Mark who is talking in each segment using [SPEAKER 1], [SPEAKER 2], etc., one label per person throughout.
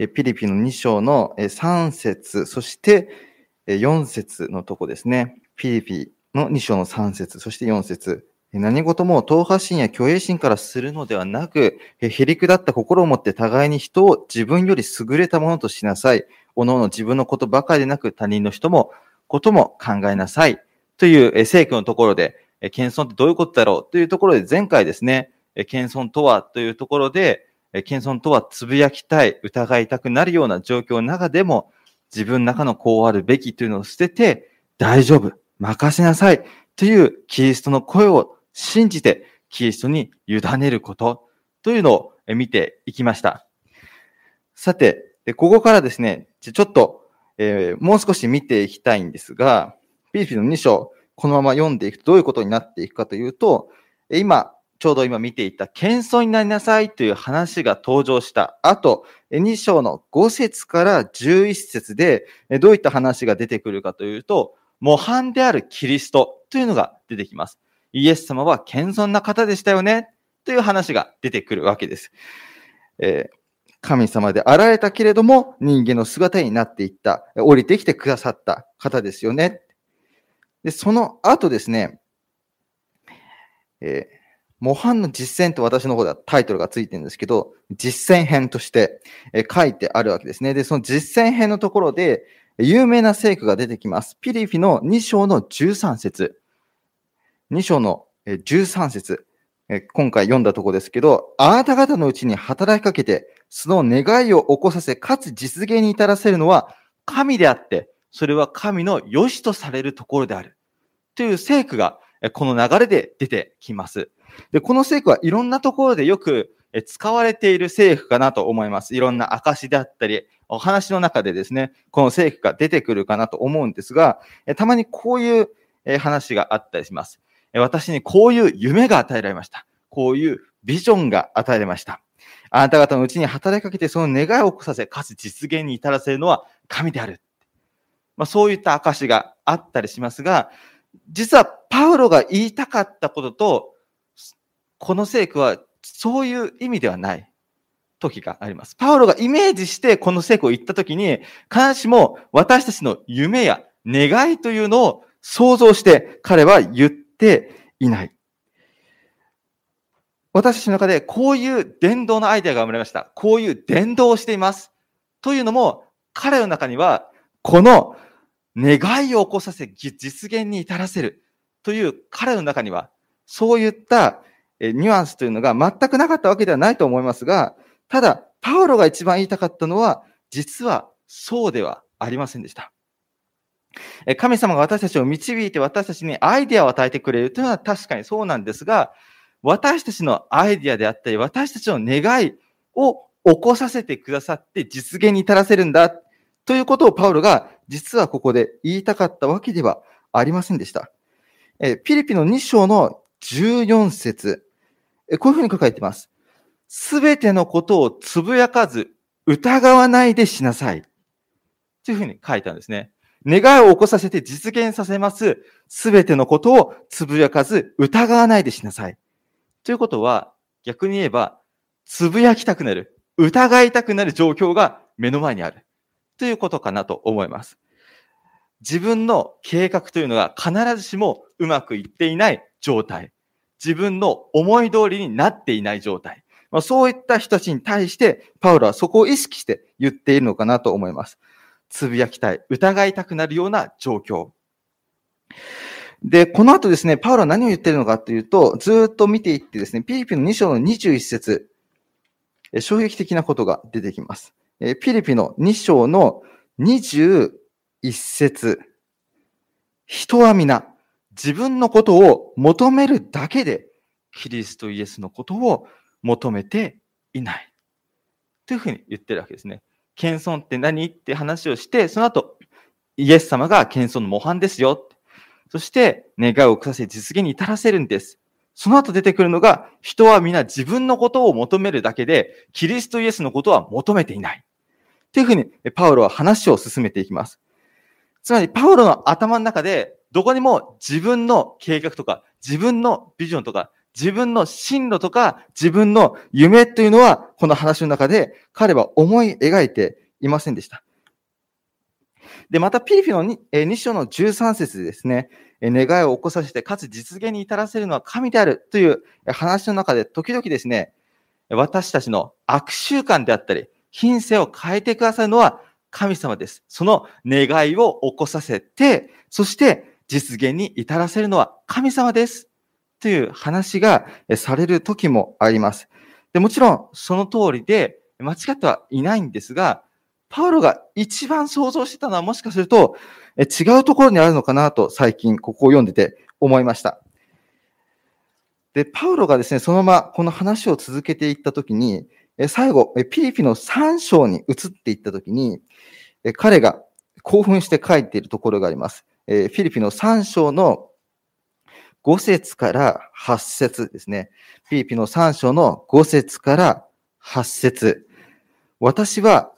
[SPEAKER 1] ピリピの2章の3節、そして4節のとこですね。ピリピの2章の3節、そして4節。何事も党派心や虚栄心からするのではなく、へりくだった心を持って互いに人を自分より優れたものとしなさい。おのおの自分のことばかりでなく他人のことも考えなさい。という聖句のところで、謙遜ってどういうことだろうというところで前回ですね、謙遜とはというところで、謙遜とはつぶやきたい、疑いたくなるような状況の中でも、自分の中のこうあるべきというのを捨てて、大丈夫、任せなさいというキリストの声を信じて、キリストに委ねることというのを見ていきました。さて、ここからですね、ちょっと、もう少し見ていきたいんですが、ピリピの2章、このまま読んでいくとどういうことになっていくかというと、ちょうど今見ていた謙遜になりなさいという話が登場した後、2章の5節から11節でどういった話が出てくるかというと、模範であるキリストというのが出てきます。イエス様は謙遜な方でしたよねという話が出てくるわけです。神様であられたけれども人間の姿になっていった、降りてきてくださった方ですよね。で、その後ですね、模範の実践と私の方ではタイトルがついてるんですけど、実践編として書いてあるわけですね。で、その実践編のところで有名な聖句が出てきます。ピリピの2章の13節。2章の13節。今回読んだところですけど、あなた方のうちに働きかけて、その願いを起こさせ、かつ実現に至らせるのは神であって、それは神の良しとされるところである。という聖句がこの流れで出てきます。で、この聖句はいろんなところでよく使われている聖句かなと思います。いろんな証であったり、お話の中でですね、この聖句が出てくるかなと思うんですが、たまにこういう話があったりします。私にこういう夢が与えられました。こういうビジョンが与えられました。あなた方のうちに働きかけてその願いを起こさせ、かつ実現に至らせるのは神である。そういった証があったりしますが、実はパウロが言いたかったことと、この聖句はそういう意味ではない時があります。パウロがイメージしてこの聖句を言った時に、必ずしも私たちの夢や願いというのを想像して彼は言っていない。私たちの中でこういう伝道のアイデアが生まれました。こういう伝道をしています。というのも、彼の中にはこの願いを起こさせ実現に至らせるという彼の中にはそういったニュアンスというのが全くなかったわけではないと思いますが、ただパウロが一番言いたかったのは実はそうではありませんでした。神様が私たちを導いて私たちにアイデアを与えてくれるというのは確かにそうなんですが、私たちのアイデアであったり私たちの願いを起こさせてくださって実現に至らせるんだということをパウロが実はここで言いたかったわけではありませんでした。ピリピの2章の14節、こういうふうに書かれています。すべてのことをつぶやかず疑わないでしなさい。というふうに書いてあるんですね。願いを起こさせて実現させます。すべてのことをつぶやかず疑わないでしなさい。ということは逆に言えばつぶやきたくなる、疑いたくなる状況が目の前にある。ということかなと思います。自分の計画というのが必ずしもうまくいっていない状態。自分の思い通りになっていない状態。そういった人たちに対してパウロはそこを意識して言っているのかなと思います。つぶやきたい、疑いたくなるような状況。で、この後ですね、パウロは何を言っているのかというと、ずっと見ていってですね、ピリピの2章の21節、衝撃的なことが出てきます。ピリピの2章の21節。人は皆、自分のことを求めるだけで、キリストイエスのことを求めていない。というふうに言ってるわけですね。謙遜って何って話をして、その後、イエス様が謙遜の模範ですよ。そして、願いを起こさせ実現に至らせるんです。その後出てくるのが、人は皆自分のことを求めるだけで、キリストイエスのことは求めていない。というふうに、パウロは話を進めていきます。つまり、パウロの頭の中で、どこにも自分の計画とか、自分のビジョンとか、 自分の進路とか自分の夢というのは、この話の中で彼は思い描いていませんでした。で、またピリピの2章の13節でですね、願いを起こさせて、かつ実現に至らせるのは神であるという話の中で、時々ですね、私たちの悪習慣であったり、品性を変えてくださるのは神様です。その願いを起こさせて、そして実現に至らせるのは神様です。という話がされる時もあります。で、もちろんその通りで間違ってはいないんですが、パウロが一番想像してたのはもしかすると違うところにあるのかなと最近ここを読んでて思いました。で、パウロがですね、そのままこの話を続けていったときに、最後、ピリピの3章に移っていったときに、彼が興奮して書いているところがあります。フィリピの3章の5節から8節ですね。フィリピの3章の5節から8節。私は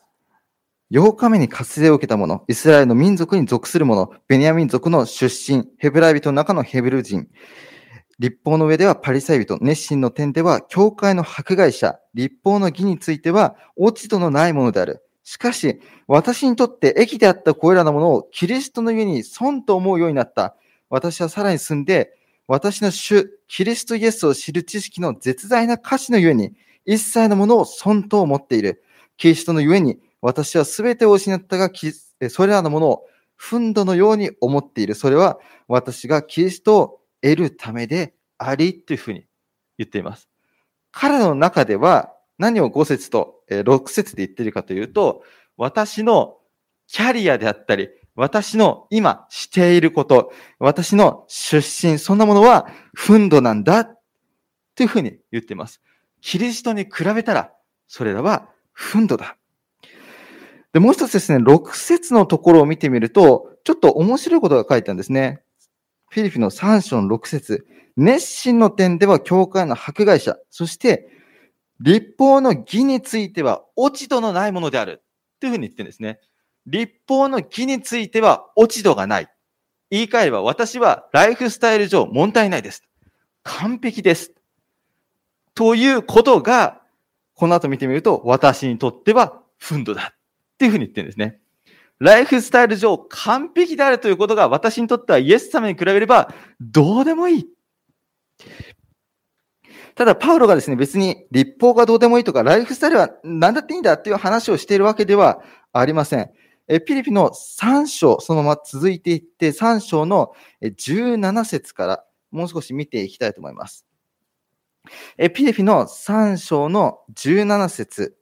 [SPEAKER 1] 8日目に割礼を受けた者、イスラエルの民族に属する者、ベニヤ民族の出身、ヘブライ人の中のヘブル人、律法の上ではパリサイ人、熱心の点では教会の迫害者、律法の義については落ち度のないものである。しかし、私にとって益であったこれらのものをキリストの上に損と思うようになった。私はさらに進んで、私の主、キリストイエスを知る知識の絶大な価値のゆえに、一切のものを損と思っている。キリストのゆえに、私はすべてを失ったが、それらのものを憤怒のように思っている。それは私がキリストを得るためでありというふうに言っています。彼の中では何を5節と6節で言っているかというと、私のキャリアであったり、私の今していること、私の出身、そんなものは憤怒なんだというふうに言っています。キリストに比べたら、それらは憤怒だ。で、もう一つですね、6節のところを見てみると、ちょっと面白いことが書いてあるんですね。フィリピの3章の6節。熱心の点では教会の迫害者、そして律法の義については落ち度のないものであるというふうに言ってるんですね。律法の義については落ち度がない。言い換えれば私はライフスタイル上問題ないです。完璧です。ということが、この後見てみると私にとっては憤怒だっていうふうに言ってるんですね。ライフスタイル上完璧であるということが私にとってはイエス様に比べればどうでもいい。ただ、パウロがですね、別に律法がどうでもいいとか、ライフスタイルは何だっていいんだっていう話をしているわけではありません。ピリピの3章、そのまま続いていって、3章の17節からもう少し見ていきたいと思います。ピリピの3章の17節。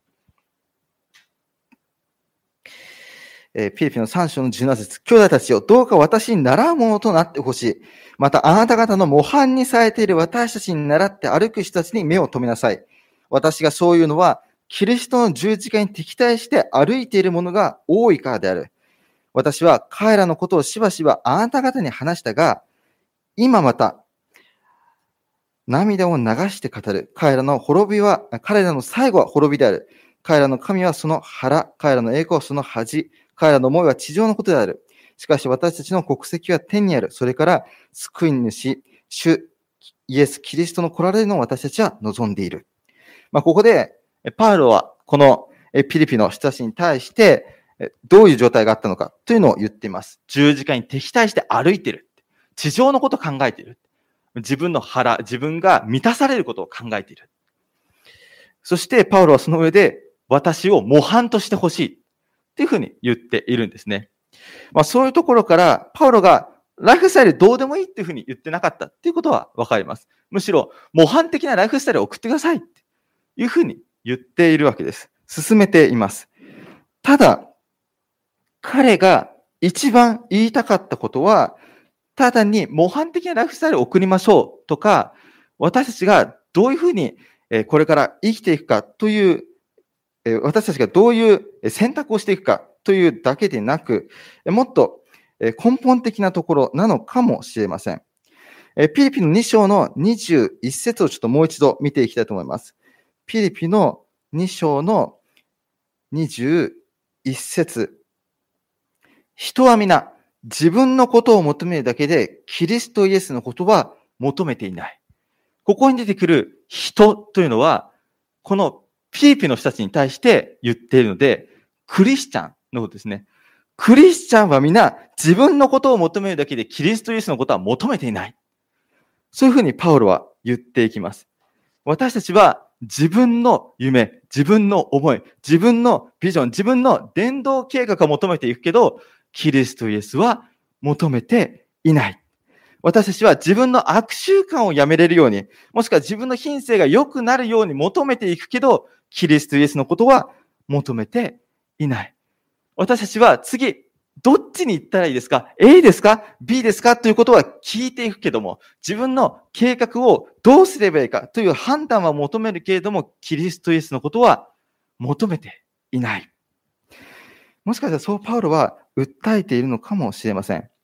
[SPEAKER 1] ピリピの3章の17節。兄弟たちよ、どうか私に習うものとなってほしい。また、あなた方の模範にされている私たちに倣って歩く人たちに目を留めなさい。私がそういうのは、キリストの十字架に敵対して歩いている者が多いからである。私は彼らのことをしばしばあなた方に話したが、今また、涙を流して語る。彼らの最後は滅びである。彼らの神はその腹、彼らの栄光はその恥。彼らの思いは地上のことである。しかし私たちの国籍は天にある。それから救い主、主イエス・キリストの来られるのを私たちは望んでいる。ここでパウロはこのピリピの人たちに対してどういう状態があったのかというのを言っています。十字架に敵対して歩いている。地上のことを考えている。自分の腹、自分が満たされることを考えている。そしてパウロはその上で私を模範としてほしいっていうふうに言っているんですね。そういうところからパウロがライフスタイルどうでもいいっていうふうに言ってなかったっていうことはわかります。むしろ模範的なライフスタイルを送ってくださいっていうふうに言っているわけです。進めています。ただ、彼が一番言いたかったことは、ただに模範的なライフスタイルを送りましょうとか、私たちがどういうふうにこれから生きていくかという、私たちがどういう選択をしていくかというだけでなく、もっと根本的なところなのかもしれません。ピリピの2章の21節をちょっともう一度見ていきたいと思います。ピリピの2章の21節。人は皆自分のことを求めるだけでキリストイエスのことは求めていない。 ここに出てくる人というのは、このピリピの人たちに対して言っているので、クリスチャンのことですね。クリスチャンは皆自分のことを求めるだけでキリストイエスのことは求めていない。そういうふうにパウロは言っていきます。私たちは自分の夢、自分の思い、自分のビジョン、自分の伝道計画を求めていくけど、キリストイエスは求めていない。私たちは自分の悪習慣をやめれるように、もしくは自分の品性が良くなるように求めていくけど、キリストイエスのことは求めていない。私たちは次、どっちに行ったらいいですか？ A ですか？ B ですか？ということは聞いていくけども、自分の計画をどうすればいいかという判断は求めるけれども、キリストイエスのことは求めていない。もしかしたらそうパウロは訴えているのかもしれません。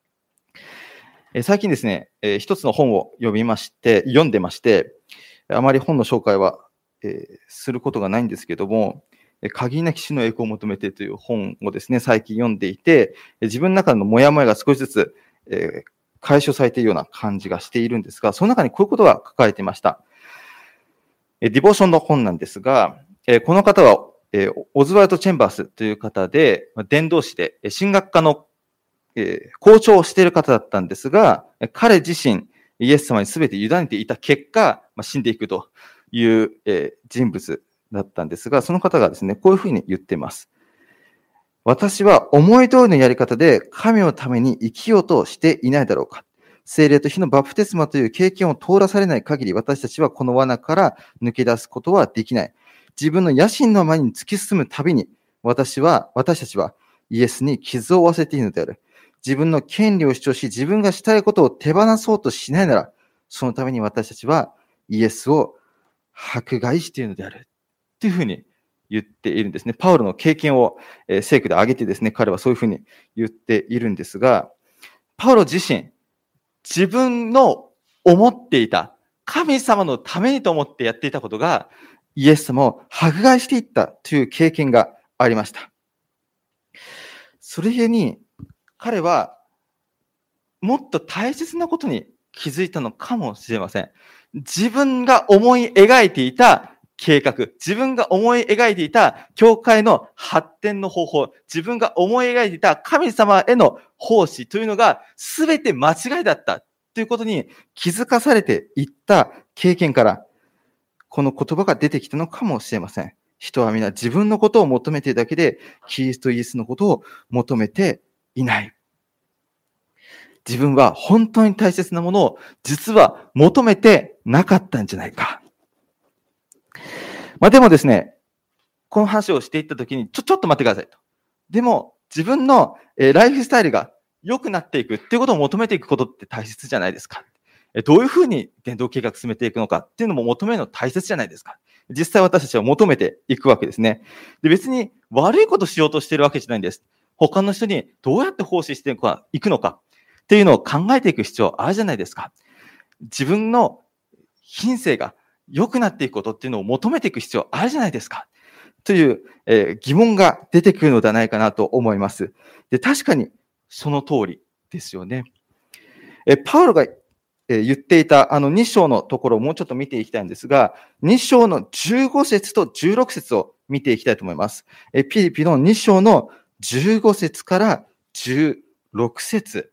[SPEAKER 1] 最近ですね、一つの本を読んでまして、あまり本の紹介は、することがないんですけども、限りなき主の栄光を求めてという本をですね、最近読んでいて、自分の中のモヤモヤが少しずつ、解消されているような感じがしているんですが、その中にこういうことが書かれていました。ディボーションの本なんですが、この方は、オズワルド・チェンバースという方で、伝道師で、神学科の校長をしている方だったんですが、彼自身、イエス様に全て委ねていた結果、死んでいくという人物だったんですが、その方がですね、こういうふうに言っています。私は思い通りのやり方で神のために生きようとしていないだろうか。聖霊と火のバプテスマという経験を通らされない限り、私たちはこの罠から抜け出すことはできない。自分の野心の前に突き進むたびに、私たちはイエスに傷を負わせているのである。自分の権利を主張し、自分がしたいことを手放そうとしないなら、そのために私たちはイエスを迫害しているのである。というふうに言っているんですね。パウロの経験を聖句で挙げてですね、彼はそういうふうに言っているんですが、パウロ自身、自分の思っていた、神様のためにと思ってやっていたことが、イエス様を迫害していったという経験がありました。それゆえに、彼はもっと大切なことに気づいたのかもしれません。自分が思い描いていた計画、自分が思い描いていた教会の発展の方法、自分が思い描いていた神様への奉仕というのが全て間違いだったということに気づかされていった経験から、この言葉が出てきたのかもしれません。人は皆自分のことを求めているだけで、キリストイエスのことを求めていない。自分は本当に大切なものを実は求めてなかったんじゃないか。でもですね、この話をしていったときに、ちょっと待ってくださいと。でも、自分のライフスタイルが良くなっていくっていうことを求めていくことって大切じゃないですか。どういうふうに伝道計画進めていくのかっていうのも求めるの大切じゃないですか。実際私たちは求めていくわけですね。で、別に悪いことしようとしているわけじゃないんです。他の人にどうやって奉仕していくのかっていうのを考えていく必要あるじゃないですか。自分の品性が良くなっていくことっていうのを求めていく必要あるじゃないですか。という、疑問が出てくるのではないかなと思います。で、確かにその通りですよね。パウロが言っていた2章のところをもうちょっと見ていきたいんですが、2章の15節と16節を見ていきたいと思います。ピリピの2章の15節から16節。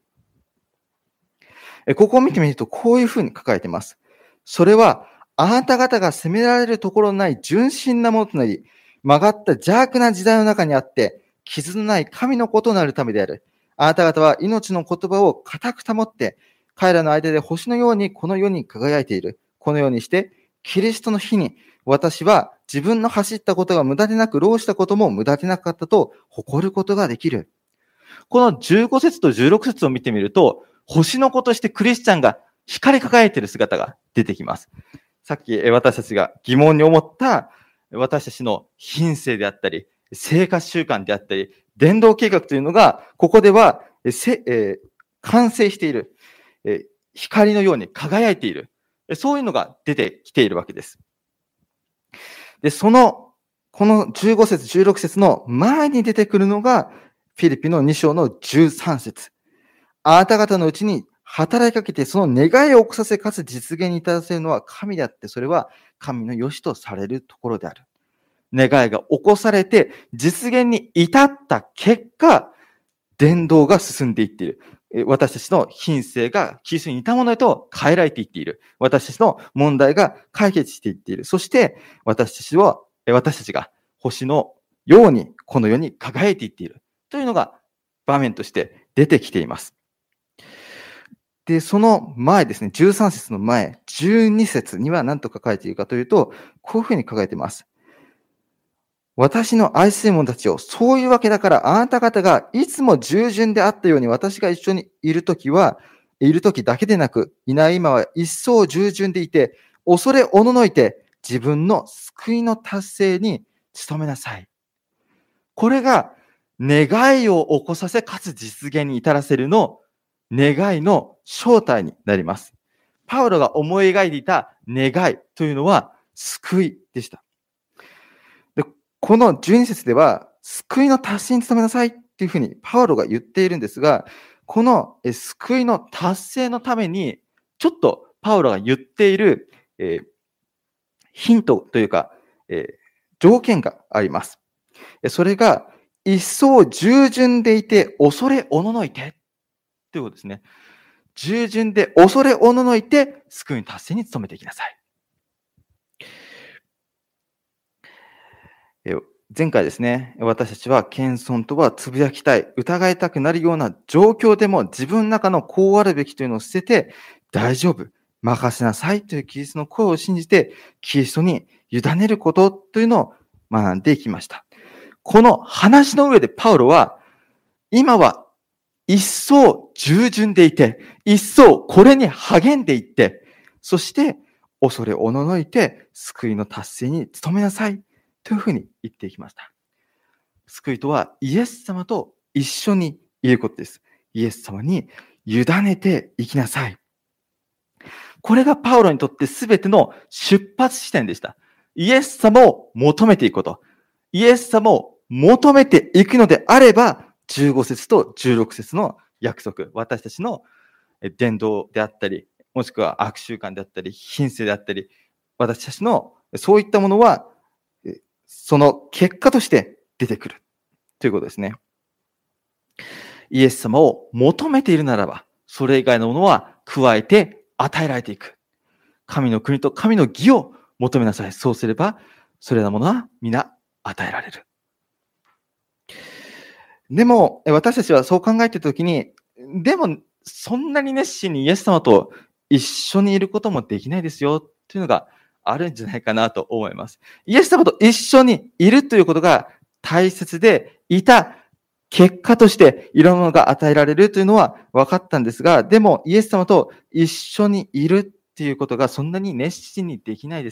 [SPEAKER 1] ここを見てみるとこういうふうに書かれています。それはあなた方が責められるところのない純真なものとなり、曲がった邪悪な時代の中にあって、傷のない神の子となるためである。あなた方は命の言葉を固く保って、彼らの間で星のようにこの世に輝いている。このようにして、キリストの日に、私は自分の走ったことが無駄でなく、労したことも無駄でなかったと誇ることができる。この15節と16節を見てみると、星の子としてクリスチャンが光り輝いている姿が出てきます。さっき私たちが疑問に思った私たちの品性であったり、生活習慣であったり、伝道計画というのが、ここでは完成している。光のように輝いている。そういうのが出てきているわけです。で、この15節、16節の前に出てくるのが、フィリピの2章の13節。あなた方のうちに働きかけてその願いを起こさせ、かつ実現に至らせるのは神であって、それは神の良しとされるところである。願いが起こされて実現に至った結果、伝道が進んでいっている。私たちの品性がキリストに似たものへと変えられていっている。私たちの問題が解決していっている。そして私たちが星のようにこの世に輝いていっている。というのが場面として出てきています。で、その前ですね、13節の前、12節には何と書かれているかというと、こういうふうに書かれています。私の愛する者たちを、そういうわけだからあなた方がいつも従順であったように私が一緒にいるときだけでなく、いない今は一層従順でいて、恐れおののいて自分の救いの達成に努めなさい。これが願いを起こさせ、かつ実現に至らせるの願いの正体になります。パウロが思い描いていた願いというのは救いでした。この12節では、救いの達成に努めなさいっていうふうにパウロが言っているんですが、この救いの達成のために、ちょっとパウロが言っている、ヒントというか、条件があります。それが、一層従順でいて、恐れおののいて、ということですね。従順で恐れおののいて、救いの達成に努めていきなさい。前回ですね、私たちは謙遜とはつぶやきたい、疑いたくなるような状況でも自分の中のこうあるべきというのを捨てて、大丈夫、任せなさいというキリストの声を信じて、キリストに委ねることというのを学んでいきました。この話の上でパウロは、今は一層従順でいて、一層これに励んでいって、そして恐れおののいて救いの達成に努めなさい。というふうに言っていきました。救いとはイエス様と一緒にいることです。イエス様に委ねていきなさい。これがパウロにとって全ての出発地点でした。イエス様を求めていくこと。イエス様を求めていくのであれば、15節と16節の約束、私たちの伝道であったり、もしくは悪習慣であったり、品性であったり、私たちのそういったものは、その結果として出てくるということですね。イエス様を求めているならば、それ以外のものは加えて与えられていく。神の国と神の義を求めなさい。そうすれば、それらのものは皆与えられる。でも、私たちはそう考えているときに、でも、そんなに熱心にイエス様と一緒にいることもできないですよ、というのがあるんじゃないかなと思います。イエス様と一緒にいるということが大切でいた結果としていろんなものが与えられるというのは分かったんですが、でもイエス様と一緒にいるっていうことがそんなに熱心にできないです。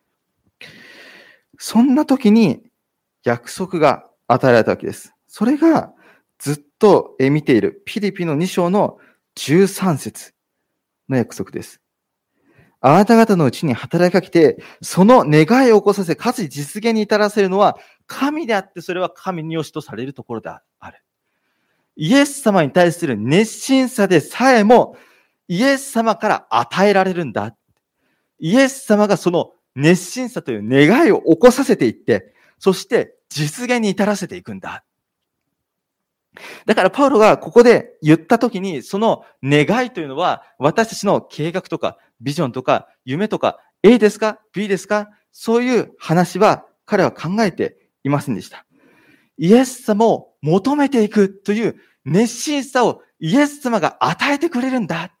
[SPEAKER 1] そんな時に約束が与えられたわけです。それがずっと見ているピリピの2章の13節の約束です。あなた方のうちに働きかけて、その願いを起こさせ、かつ実現に至らせるのは神であって、それは神に良しとされるところである。イエス様に対する熱心さでさえも、イエス様から与えられるんだ。イエス様がその熱心さという願いを起こさせていって、そして実現に至らせていくんだ。だからパウロがここで言ったときに、その願いというのは、私たちの計画とか、ビジョンとか、夢とか、A ですか ?B ですか？そういう話は彼は考えていませんでした。イエス様を求めていくという熱心さをイエス様が与えてくれるんだ。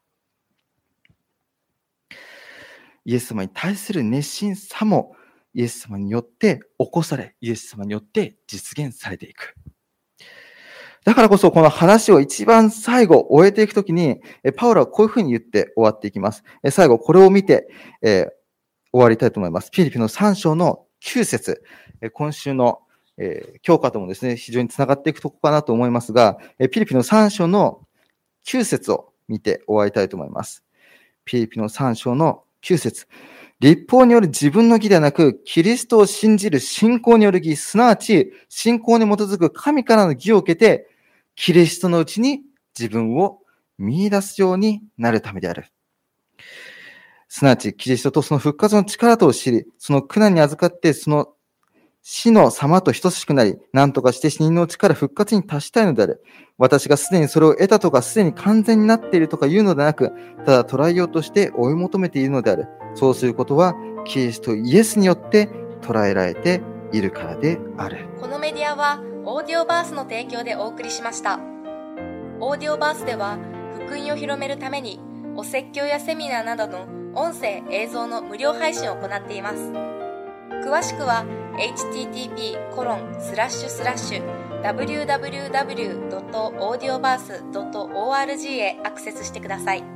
[SPEAKER 1] イエス様に対する熱心さもイエス様によって起こされ、イエス様によって実現されていく。だからこそこの話を一番最後終えていくときに、パウロはこういうふうに言って終わっていきます。最後これを見て、終わりたいと思います。ピリピの3章の9節、今週の、教科ともですね、非常につながっていくところかなと思いますが、ピリピの3章の9節を見て終わりたいと思います。ピリピの3章の9節。律法による自分の義ではなく、キリストを信じる信仰による義、すなわち信仰に基づく神からの義を受けて、キリストのうちに自分を見出すようになるためである。すなわち、キリストとその復活の力とを知り、その苦難に預かって、その死の様と等しくなり、何とかして死人のうちから復活に達したいのである。私がすでにそれを得たとか、すでに完全になっているとか言うのではなく、ただ捉えようとして追い求めているのである。そうすることは、キリストイエスによって捉えられているからである。
[SPEAKER 2] このメディアは、オーディオバースの提供でお送りしました。オーディオバースでは、福音を広めるために、お説教やセミナーなどの音声・映像の無料配信を行っています。詳しくは http://www.audioverse.org へアクセスしてください。